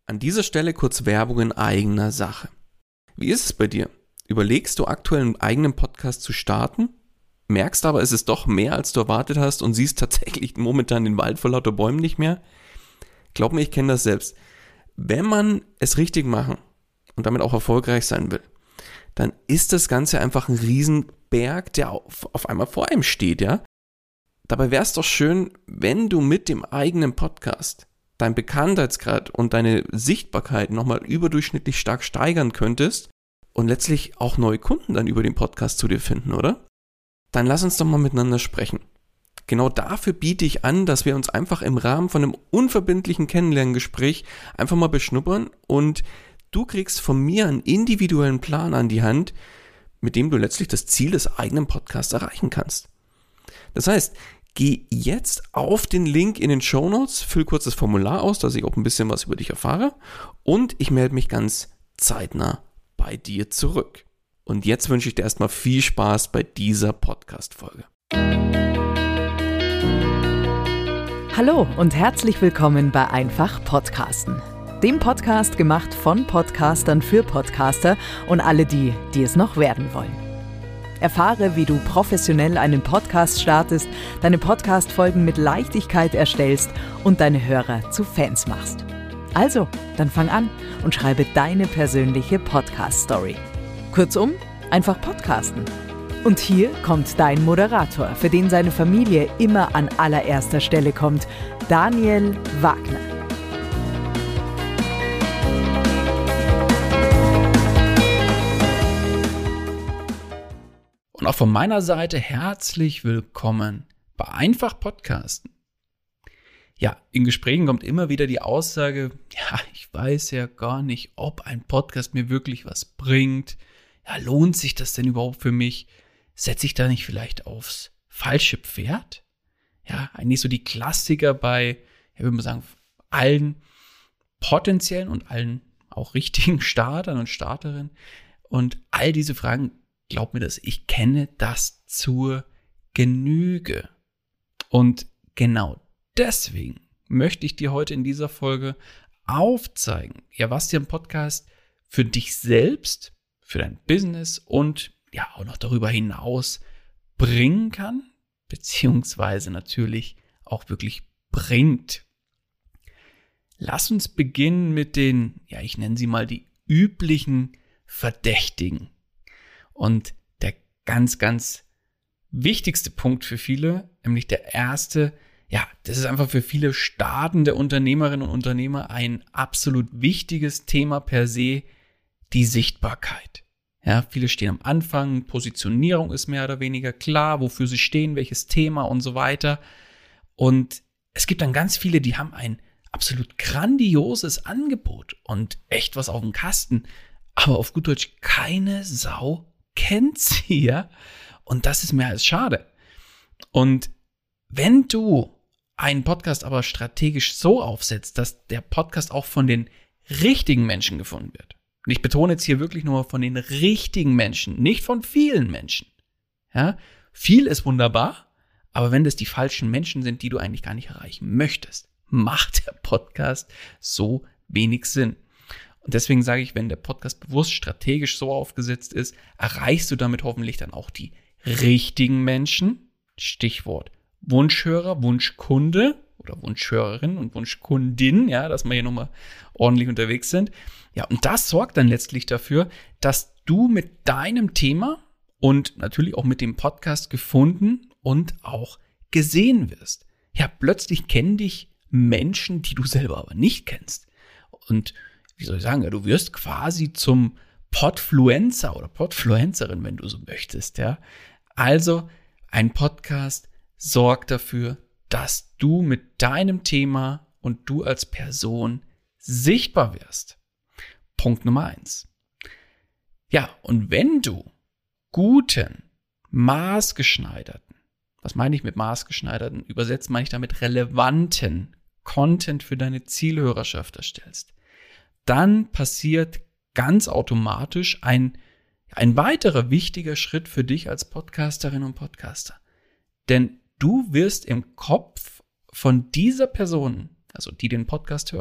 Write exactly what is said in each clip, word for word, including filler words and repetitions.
An dieser Stelle kurz Werbung in eigener Sache. Wie ist es bei dir? Überlegst du aktuell einen eigenen Podcast zu starten? Merkst aber, es ist doch mehr, als du erwartet hast und siehst tatsächlich momentan den Wald vor lauter Bäumen nicht mehr? Glaub mir, ich kenne das selbst. Wenn man es richtig machen und damit auch erfolgreich sein will, dann ist das Ganze einfach ein Riesenberg, der auf, auf einmal vor einem steht, ja? Dabei wäre es doch schön, wenn du mit dem eigenen Podcast dein Bekanntheitsgrad und deine Sichtbarkeit nochmal überdurchschnittlich stark steigern könntest und letztlich auch neue Kunden dann über den Podcast zu dir finden, oder? Dann lass uns doch mal miteinander sprechen. Genau dafür biete ich an, dass wir uns einfach im Rahmen von einem unverbindlichen Kennenlerngespräch einfach mal beschnuppern und du kriegst von mir einen individuellen Plan an die Hand, mit dem du letztlich das Ziel des eigenen Podcasts erreichen kannst. Das heißt, geh jetzt auf den Link in den Shownotes, füll kurz das Formular aus, dass ich auch ein bisschen was über dich erfahre und ich melde mich ganz zeitnah bei dir zurück. Und jetzt wünsche ich dir erstmal viel Spaß bei dieser Podcast-Folge. Hallo und herzlich willkommen bei Einfach Podcasten. Dem Podcast gemacht von Podcastern für Podcaster und alle die, die es noch werden wollen. Erfahre, wie du professionell einen Podcast startest, deine Podcast-Folgen mit Leichtigkeit erstellst und deine Hörer zu Fans machst. Also, dann fang an und schreibe deine persönliche Podcast-Story. Kurzum, einfach podcasten. Und hier kommt dein Moderator, für den seine Familie immer an allererster Stelle kommt, Daniel Wagner. Und auch von meiner Seite herzlich willkommen bei Einfach Podcasten. Ja, in Gesprächen kommt immer wieder die Aussage, ja, ich weiß ja gar nicht, ob ein Podcast mir wirklich was bringt. Ja, lohnt sich das denn überhaupt für mich? Setze ich da nicht vielleicht aufs falsche Pferd? Ja, eigentlich so die Klassiker bei, ja, würde man sagen, allen potenziellen und allen auch richtigen Startern und Starterinnen. Und all diese Fragen, glaub mir das, ich kenne das zur Genüge. Und genau deswegen möchte ich dir heute in dieser Folge aufzeigen, ja, was dir ein Podcast für dich selbst, für dein Business und ja auch noch darüber hinaus bringen kann, beziehungsweise natürlich auch wirklich bringt. Lass uns beginnen mit den, ja, ich nenne sie mal die üblichen Verdächtigen. Und der ganz, ganz wichtigste Punkt für viele, nämlich der erste, ja, das ist einfach für viele startende Unternehmerinnen und Unternehmer ein absolut wichtiges Thema per se, die Sichtbarkeit. Ja, viele stehen am Anfang, Positionierung ist mehr oder weniger klar, wofür sie stehen, welches Thema und so weiter. Und es gibt dann ganz viele, die haben ein absolut grandioses Angebot und echt was auf dem Kasten, aber auf gut Deutsch keine Sau kennt sie, ja. Und das ist mehr als schade. Und wenn du einen Podcast aber strategisch so aufsetzt, dass der Podcast auch von den richtigen Menschen gefunden wird. Und ich betone jetzt hier wirklich nur von den richtigen Menschen, nicht von vielen Menschen. Ja, viel ist wunderbar, aber wenn das die falschen Menschen sind, die du eigentlich gar nicht erreichen möchtest, macht der Podcast so wenig Sinn. Und deswegen sage ich, wenn der Podcast bewusst strategisch so aufgesetzt ist, erreichst du damit hoffentlich dann auch die richtigen Menschen. Stichwort Wunschhörer, Wunschkunde oder Wunschhörerin und Wunschkundin, ja, dass wir hier nochmal ordentlich unterwegs sind. Ja, und das sorgt dann letztlich dafür, dass du mit deinem Thema und natürlich auch mit dem Podcast gefunden und auch gesehen wirst. Ja, plötzlich kennen dich Menschen, die du selber aber nicht kennst. Und wie soll ich sagen, ja, du wirst quasi zum Podfluencer oder Podfluencerin, wenn du so möchtest, ja. Also, ein Podcast sorgt dafür, dass du mit deinem Thema und du als Person sichtbar wirst. Punkt Nummer eins. Ja, und wenn du guten, maßgeschneiderten, was meine ich mit maßgeschneiderten? Übersetzt meine ich damit relevanten Content für deine Zielhörerschaft erstellst, dann passiert ganz automatisch ein, ein weiterer wichtiger Schritt für dich als Podcasterin und Podcaster. Denn du wirst im Kopf von dieser Person, also die den Podcast hört,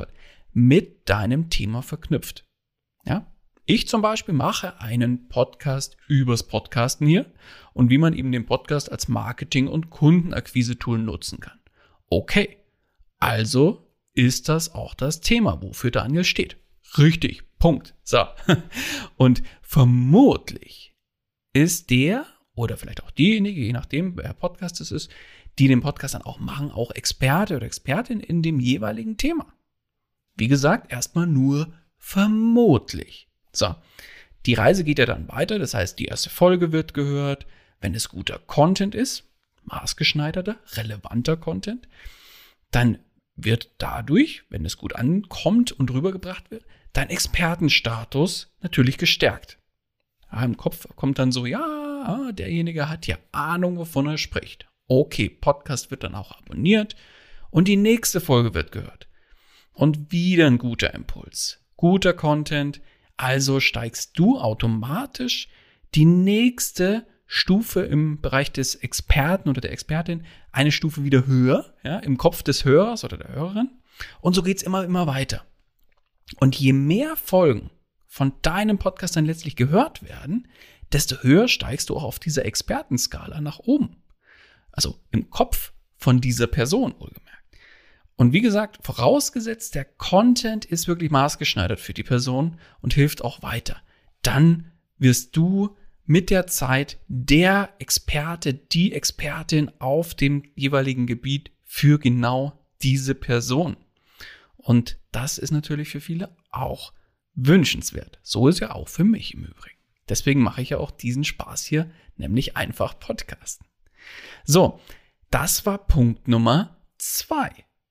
mit deinem Thema verknüpft. Ja? Ich zum Beispiel mache einen Podcast übers Podcasten hier und wie man eben den Podcast als Marketing- und Kundenakquise-Tool nutzen kann. Okay, also ist das auch das Thema, wofür Daniel steht. Richtig, Punkt. So. Und vermutlich ist der oder vielleicht auch diejenige, je nachdem, wer Podcast es ist, die den Podcast dann auch machen, auch Experte oder Expertin in dem jeweiligen Thema. Wie gesagt, erstmal nur vermutlich. So, die Reise geht ja dann weiter, das heißt, die erste Folge wird gehört, wenn es guter Content ist, maßgeschneiderter, relevanter Content, dann wird dadurch, wenn es gut ankommt und rübergebracht wird, dein Expertenstatus natürlich gestärkt. Ja, im Kopf kommt dann so, ja, derjenige hat ja Ahnung, wovon er spricht. Okay, Podcast wird dann auch abonniert und die nächste Folge wird gehört. Und wieder ein guter Impuls, guter Content, also steigst du automatisch die nächste Stufe im Bereich des Experten oder der Expertin, eine Stufe wieder höher, ja, im Kopf des Hörers oder der Hörerin. Und so geht's immer, immer weiter. Und je mehr Folgen von deinem Podcast dann letztlich gehört werden, desto höher steigst du auch auf dieser Expertenskala nach oben. Also im Kopf von dieser Person, wohlgemerkt. Und wie gesagt, vorausgesetzt, der Content ist wirklich maßgeschneidert für die Person und hilft auch weiter. Dann wirst du mit der Zeit der Experte, die Expertin auf dem jeweiligen Gebiet für genau diese Person. Und das ist natürlich für viele auch wünschenswert. So ist ja auch für mich im Übrigen. Deswegen mache ich ja auch diesen Spaß hier, nämlich einfach Podcasten. So, das war Punkt Nummer zwei.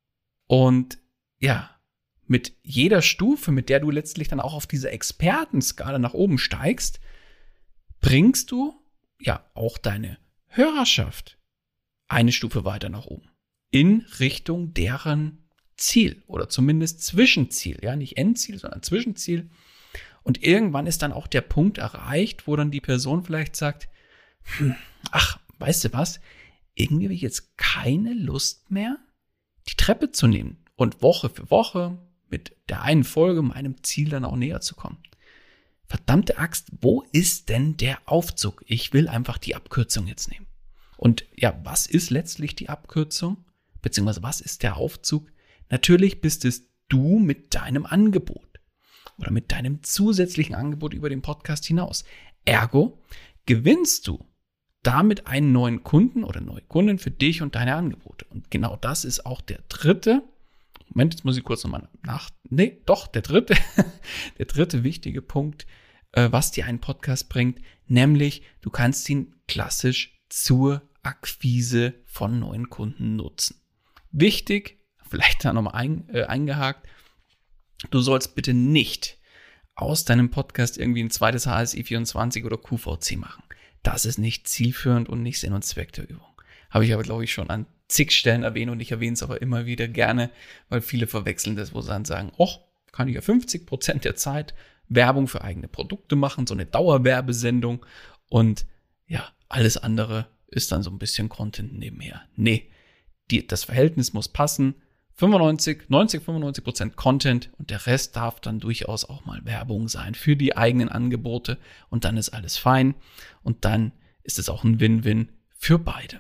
Und ja, mit jeder Stufe, mit der du letztlich dann auch auf dieser Expertenskala nach oben steigst, bringst du ja auch deine Hörerschaft eine Stufe weiter nach oben. In Richtung deren Ziel oder zumindest Zwischenziel. Ja, nicht Endziel, sondern Zwischenziel. Und irgendwann ist dann auch der Punkt erreicht, wo dann die Person vielleicht sagt, hm, ach, weißt du was, irgendwie habe ich jetzt keine Lust mehr, die Treppe zu nehmen und Woche für Woche mit der einen Folge meinem Ziel dann auch näher zu kommen. Verdammte Axt, wo ist denn der Aufzug? Ich will einfach die Abkürzung jetzt nehmen. Und ja, was ist letztlich die Abkürzung? Beziehungsweise was ist der Aufzug? Natürlich bist es du mit deinem Angebot oder mit deinem zusätzlichen Angebot über den Podcast hinaus. Ergo gewinnst du damit einen neuen Kunden oder neue Kundin für dich und deine Angebote. Und genau das ist auch der dritte, Moment, jetzt muss ich kurz nochmal nach, nee, doch, der dritte, der dritte wichtige Punkt, äh, was dir ein Podcast bringt, nämlich du kannst ihn klassisch zur Akquise von neuen Kunden nutzen. Wichtig, vielleicht da nochmal ein, äh, eingehakt, du sollst bitte nicht aus deinem Podcast irgendwie ein zweites H S I vierundzwanzig oder Q V C machen. Das ist nicht zielführend und nicht Sinn und Zweck der Übung. Habe ich aber, glaube ich, schon an zig Stellen erwähnt und ich erwähne es aber immer wieder gerne, weil viele verwechseln das, wo sie dann sagen, oh, kann ich ja fünfzig Prozent der Zeit Werbung für eigene Produkte machen, so eine Dauerwerbesendung und ja, alles andere ist dann so ein bisschen Content nebenher. Nee, die, das Verhältnis muss passen. fünfundneunzig, neunzig, fünfundneunzig Prozent Content und der Rest darf dann durchaus auch mal Werbung sein für die eigenen Angebote und dann ist alles fein und dann ist es auch ein Win-Win für beide.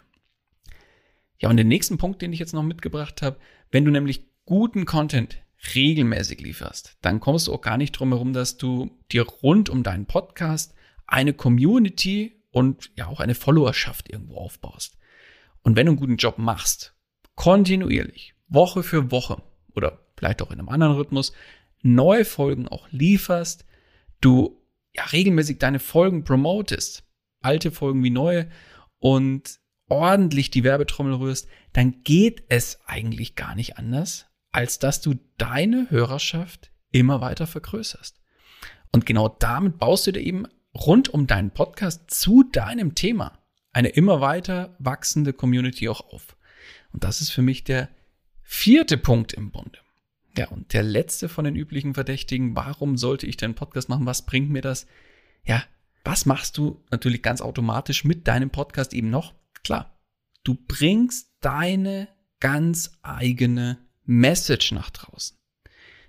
Ja, und den nächsten Punkt, den ich jetzt noch mitgebracht habe, wenn du nämlich guten Content regelmäßig lieferst, dann kommst du auch gar nicht drum herum, dass du dir rund um deinen Podcast eine Community und ja auch eine Followerschaft irgendwo aufbaust. Und wenn du einen guten Job machst, kontinuierlich, Woche für Woche oder vielleicht auch in einem anderen Rhythmus, neue Folgen auch lieferst, du ja regelmäßig deine Folgen promotest, alte Folgen wie neue und ordentlich die Werbetrommel rührst, dann geht es eigentlich gar nicht anders, als dass du deine Hörerschaft immer weiter vergrößerst. Und genau damit baust du dir eben rund um deinen Podcast zu deinem Thema eine immer weiter wachsende Community auch auf. Und das ist für mich der vierte Punkt im Bunde. Ja, und der letzte von den üblichen Verdächtigen, warum sollte ich denn einen Podcast machen? Was bringt mir das? Ja, was machst du natürlich ganz automatisch mit deinem Podcast eben noch? Klar, du bringst deine ganz eigene Message nach draußen.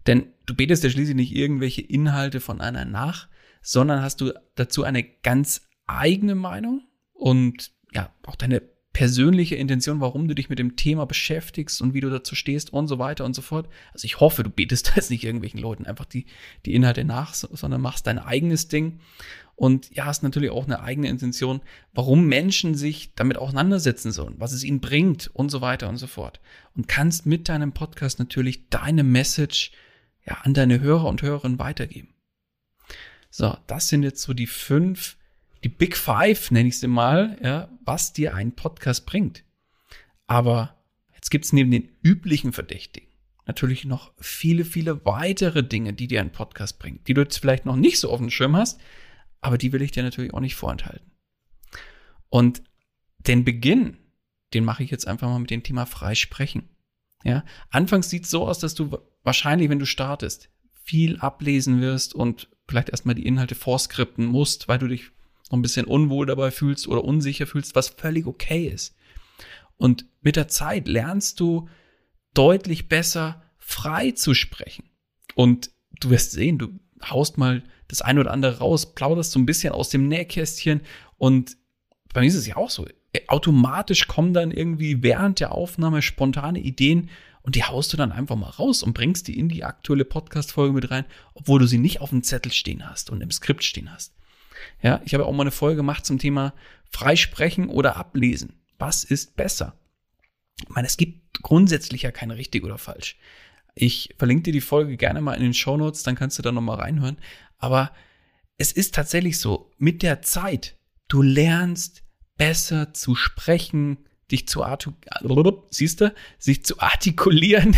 Denn du betest ja schließlich nicht irgendwelche Inhalte von einer nach, sondern hast du dazu eine ganz eigene Meinung und ja, auch deine persönliche Intention, warum du dich mit dem Thema beschäftigst und wie du dazu stehst und so weiter und so fort. Also ich hoffe, du betest da jetzt nicht irgendwelchen Leuten einfach die, die Inhalte nach, sondern machst dein eigenes Ding und ja, hast natürlich auch eine eigene Intention, warum Menschen sich damit auseinandersetzen sollen, was es ihnen bringt und so weiter und so fort. Und kannst mit deinem Podcast natürlich deine Message ja, an deine Hörer und Hörerinnen weitergeben. So, das sind jetzt so die fünf Die Big Five, nenne ich sie mal, ja, was dir ein Podcast bringt. Aber jetzt gibt es neben den üblichen Verdächtigen natürlich noch viele, viele weitere Dinge, die dir ein Podcast bringt, die du jetzt vielleicht noch nicht so auf dem Schirm hast, aber die will ich dir natürlich auch nicht vorenthalten. Und den Beginn, den mache ich jetzt einfach mal mit dem Thema Freisprechen. Ja, anfangs sieht es so aus, dass du wahrscheinlich, wenn du startest, viel ablesen wirst und vielleicht erstmal die Inhalte vorskripten musst, weil du dich noch ein bisschen unwohl dabei fühlst oder unsicher fühlst, was völlig okay ist. Und mit der Zeit lernst du deutlich besser frei zu sprechen. Und du wirst sehen, du haust mal das eine oder andere raus, plauderst so ein bisschen aus dem Nähkästchen und bei mir ist es ja auch so. Automatisch kommen dann irgendwie während der Aufnahme spontane Ideen und die haust du dann einfach mal raus und bringst die in die aktuelle Podcast-Folge mit rein, obwohl du sie nicht auf dem Zettel stehen hast und im Skript stehen hast. Ja, ich habe auch mal eine Folge gemacht zum Thema Freisprechen oder Ablesen. Was ist besser? Ich meine, es gibt grundsätzlich ja kein richtig oder falsch. Ich verlinke dir die Folge gerne mal in den Shownotes, dann kannst du da nochmal reinhören. Aber es ist tatsächlich so, mit der Zeit, du lernst besser zu sprechen, dich zu artikulieren, siehst du, sich zu artikulieren.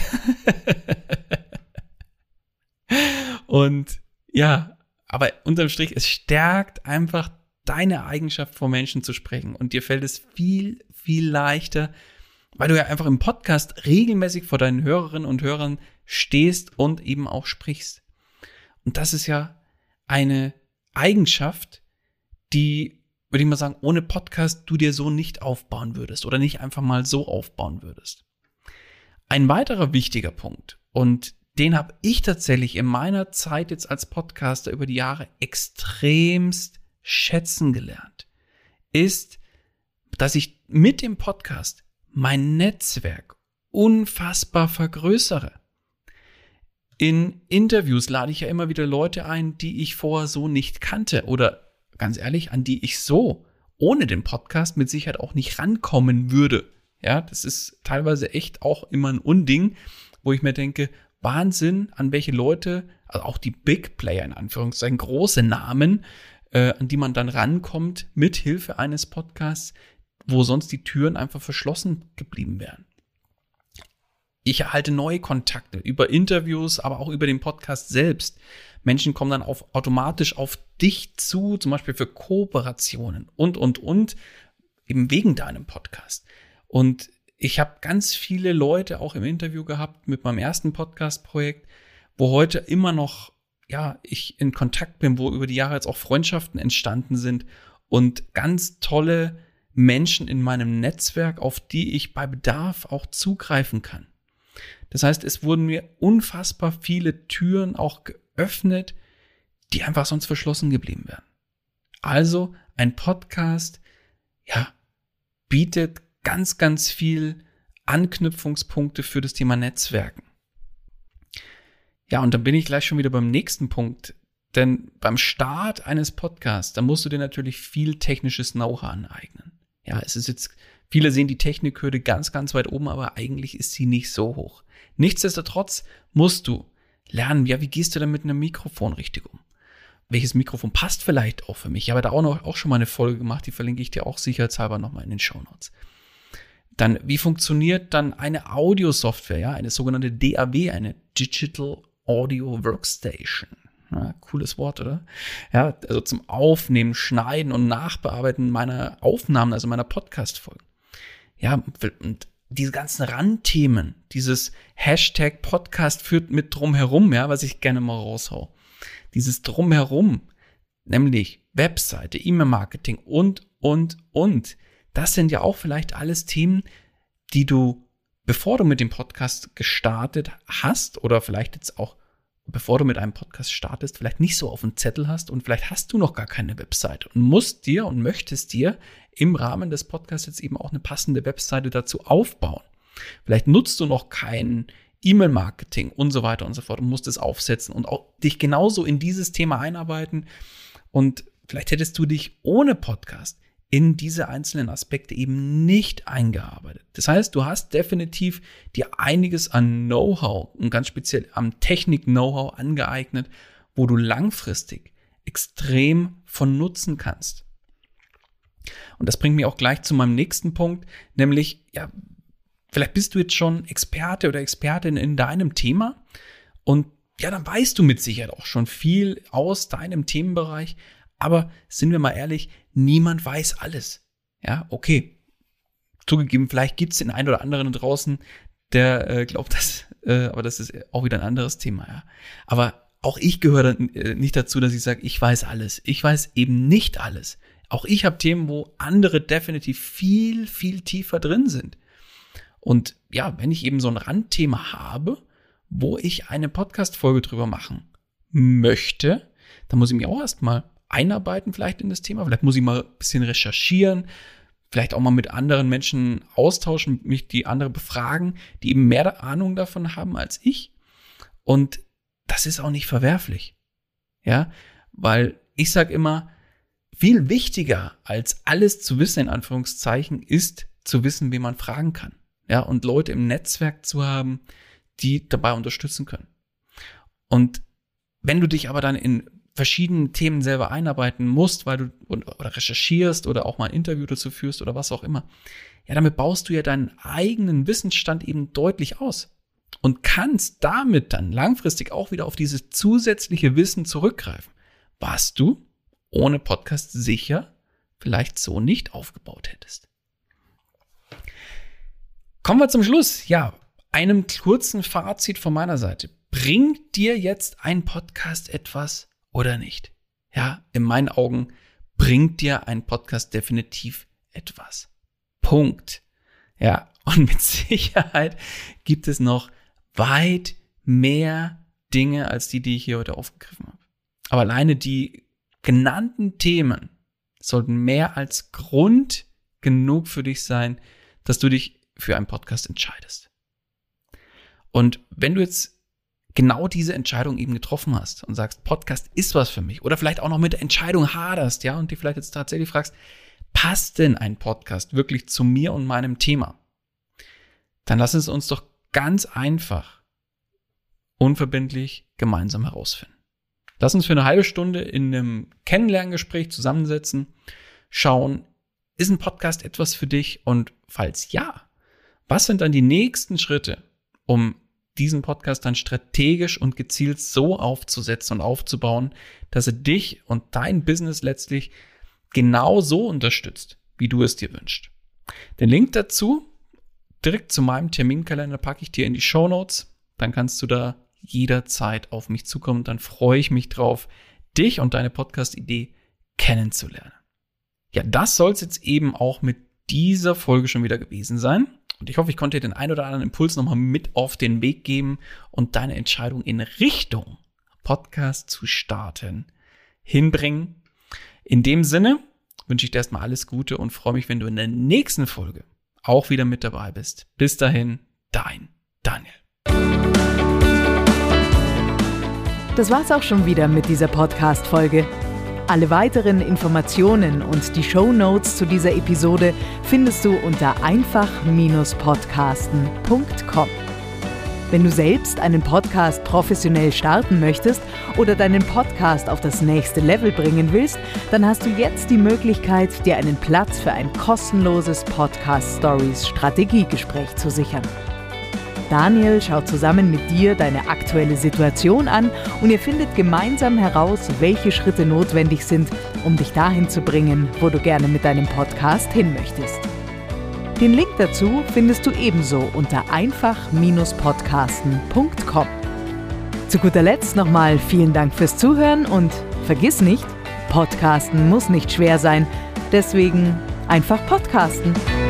Und ja, aber unterm Strich, es stärkt einfach deine Eigenschaft, vor Menschen zu sprechen. Und dir fällt es viel, viel leichter, weil du ja einfach im Podcast regelmäßig vor deinen Hörerinnen und Hörern stehst und eben auch sprichst. Und das ist ja eine Eigenschaft, die, würde ich mal sagen, ohne Podcast du dir so nicht aufbauen würdest oder nicht einfach mal so aufbauen würdest. Ein weiterer wichtiger Punkt, und den habe ich tatsächlich in meiner Zeit jetzt als Podcaster über die Jahre extremst schätzen gelernt, ist, dass ich mit dem Podcast mein Netzwerk unfassbar vergrößere. In Interviews lade ich ja immer wieder Leute ein, die ich vorher so nicht kannte oder ganz ehrlich, an die ich so ohne den Podcast mit Sicherheit auch nicht rankommen würde. Ja, das ist teilweise echt auch immer ein Unding, wo ich mir denke, Wahnsinn, an welche Leute, also auch die Big Player in Anführungszeichen, große Namen, äh, an die man dann rankommt mit Hilfe eines Podcasts, wo sonst die Türen einfach verschlossen geblieben wären. Ich erhalte neue Kontakte über Interviews, aber auch über den Podcast selbst. Menschen kommen dann auf, automatisch auf dich zu, zum Beispiel für Kooperationen und, und, und, eben wegen deinem Podcast. Und ich habe ganz viele Leute auch im Interview gehabt mit meinem ersten Podcast-Projekt, wo heute immer noch, ja, ich in Kontakt bin, wo über die Jahre jetzt auch Freundschaften entstanden sind und ganz tolle Menschen in meinem Netzwerk, auf die ich bei Bedarf auch zugreifen kann. Das heißt, es wurden mir unfassbar viele Türen auch geöffnet, die einfach sonst verschlossen geblieben wären. Also ein Podcast, ja, bietet ganz, ganz viel Anknüpfungspunkte für das Thema Netzwerken. Ja, und dann bin ich gleich schon wieder beim nächsten Punkt. Denn beim Start eines Podcasts, da musst du dir natürlich viel technisches Know-how aneignen. Ja, es ist jetzt, viele sehen die Technikhürde ganz, ganz weit oben, aber eigentlich ist sie nicht so hoch. Nichtsdestotrotz musst du lernen, ja, wie gehst du denn mit einem Mikrofon richtig um? Welches Mikrofon passt vielleicht auch für mich? Ich habe da auch noch auch schon mal eine Folge gemacht, die verlinke ich dir auch sicherheitshalber nochmal in den Shownotes. Dann, wie funktioniert dann eine Audiosoftware, ja, eine sogenannte D A W, eine Digital Audio Workstation. Ja, cooles Wort, oder? Ja, also zum Aufnehmen, Schneiden und Nachbearbeiten meiner Aufnahmen, also meiner Podcast-Folgen. Ja, und diese ganzen Randthemen, dieses Hashtag Podcast führt mit drumherum, ja, was ich gerne mal raushau. Dieses drumherum, nämlich Webseite, E-Mail-Marketing und, und, und. Das sind ja auch vielleicht alles Themen, die du, bevor du mit dem Podcast gestartet hast oder vielleicht jetzt auch bevor du mit einem Podcast startest, vielleicht nicht so auf dem Zettel hast und vielleicht hast du noch gar keine Webseite und musst dir und möchtest dir im Rahmen des Podcasts jetzt eben auch eine passende Webseite dazu aufbauen. Vielleicht nutzt du noch kein E-Mail-Marketing und so weiter und so fort und musst es aufsetzen und auch dich genauso in dieses Thema einarbeiten. Und vielleicht hättest du dich ohne Podcast in diese einzelnen Aspekte eben nicht eingearbeitet. Das heißt, du hast definitiv dir einiges an Know-how und ganz speziell am Technik-Know-how angeeignet, wo du langfristig extrem von nutzen kannst. Und das bringt mich auch gleich zu meinem nächsten Punkt, nämlich, ja, vielleicht bist du jetzt schon Experte oder Expertin in deinem Thema und ja, dann weißt du mit Sicherheit auch schon viel aus deinem Themenbereich, aber sind wir mal ehrlich, niemand weiß alles. Ja, okay, zugegeben, vielleicht gibt es den einen oder anderen draußen, der äh, glaubt das, äh, aber das ist auch wieder ein anderes Thema. Ja. Aber auch ich gehöre dann, äh, nicht dazu, dass ich sage, ich weiß alles. Ich weiß eben nicht alles. Auch ich habe Themen, wo andere definitiv viel, viel tiefer drin sind. Und ja, wenn ich eben so ein Randthema habe, wo ich eine Podcast-Folge drüber machen möchte, dann muss ich mich auch erstmal einarbeiten vielleicht in das Thema. Vielleicht muss ich mal ein bisschen recherchieren, vielleicht auch mal mit anderen Menschen austauschen, mich die andere befragen, die eben mehr Ahnung davon haben als ich. Und das ist auch nicht verwerflich. Ja, weil ich sage immer, viel wichtiger als alles zu wissen, in Anführungszeichen, ist zu wissen, wen man fragen kann. Ja, und Leute im Netzwerk zu haben, die dabei unterstützen können. Und wenn du dich aber dann in verschiedenen Themen selber einarbeiten musst, weil du oder recherchierst oder auch mal ein Interview dazu führst oder was auch immer, ja, damit baust du ja deinen eigenen Wissensstand eben deutlich aus und kannst damit dann langfristig auch wieder auf dieses zusätzliche Wissen zurückgreifen, was du ohne Podcast sicher vielleicht so nicht aufgebaut hättest. Kommen wir zum Schluss. Ja, einem kurzen Fazit von meiner Seite. Bringt dir jetzt ein Podcast etwas oder nicht? Ja, in meinen Augen bringt dir ein Podcast definitiv etwas. Punkt. Ja, und mit Sicherheit gibt es noch weit mehr Dinge als die, die ich hier heute aufgegriffen habe. Aber alleine die genannten Themen sollten mehr als Grund genug für dich sein, dass du dich für einen Podcast entscheidest. Und wenn du jetzt genau diese Entscheidung eben getroffen hast und sagst, Podcast ist was für mich oder vielleicht auch noch mit der Entscheidung haderst, ja, und dir vielleicht jetzt tatsächlich fragst, passt denn ein Podcast wirklich zu mir und meinem Thema? Dann lass es uns doch ganz einfach, unverbindlich gemeinsam herausfinden. Lass uns für eine halbe Stunde in einem Kennenlerngespräch zusammensetzen, schauen, ist ein Podcast etwas für dich? Und falls ja, was sind dann die nächsten Schritte, um diesen Podcast dann strategisch und gezielt so aufzusetzen und aufzubauen, dass er dich und dein Business letztlich genau so unterstützt, wie du es dir wünschst. Den Link dazu, direkt zu meinem Terminkalender, packe ich dir in die Shownotes. Dann kannst du da jederzeit auf mich zukommen. Dann freue ich mich drauf, dich und deine Podcast-Idee kennenzulernen. Ja, das soll es jetzt eben auch mit dieser Folge schon wieder gewesen sein. Und ich hoffe, ich konnte dir den ein oder anderen Impuls nochmal mit auf den Weg geben und deine Entscheidung in Richtung Podcast zu starten hinbringen. In dem Sinne wünsche ich dir erstmal alles Gute und freue mich, wenn du in der nächsten Folge auch wieder mit dabei bist. Bis dahin, dein Daniel. Das war's auch schon wieder mit dieser Podcast-Folge. Alle weiteren Informationen und die Shownotes zu dieser Episode findest du unter einfach podcasten punkt com. Wenn du selbst einen Podcast professionell starten möchtest oder deinen Podcast auf das nächste Level bringen willst, dann hast du jetzt die Möglichkeit, dir einen Platz für ein kostenloses Podcast-Stories-Strategiegespräch zu sichern. Daniel schaut zusammen mit dir deine aktuelle Situation an und ihr findet gemeinsam heraus, welche Schritte notwendig sind, um dich dahin zu bringen, wo du gerne mit deinem Podcast hin möchtest. Den Link dazu findest du ebenso unter einfach podcasten punkt com. Zu guter Letzt nochmal vielen Dank fürs Zuhören und vergiss nicht, Podcasten muss nicht schwer sein, deswegen einfach podcasten.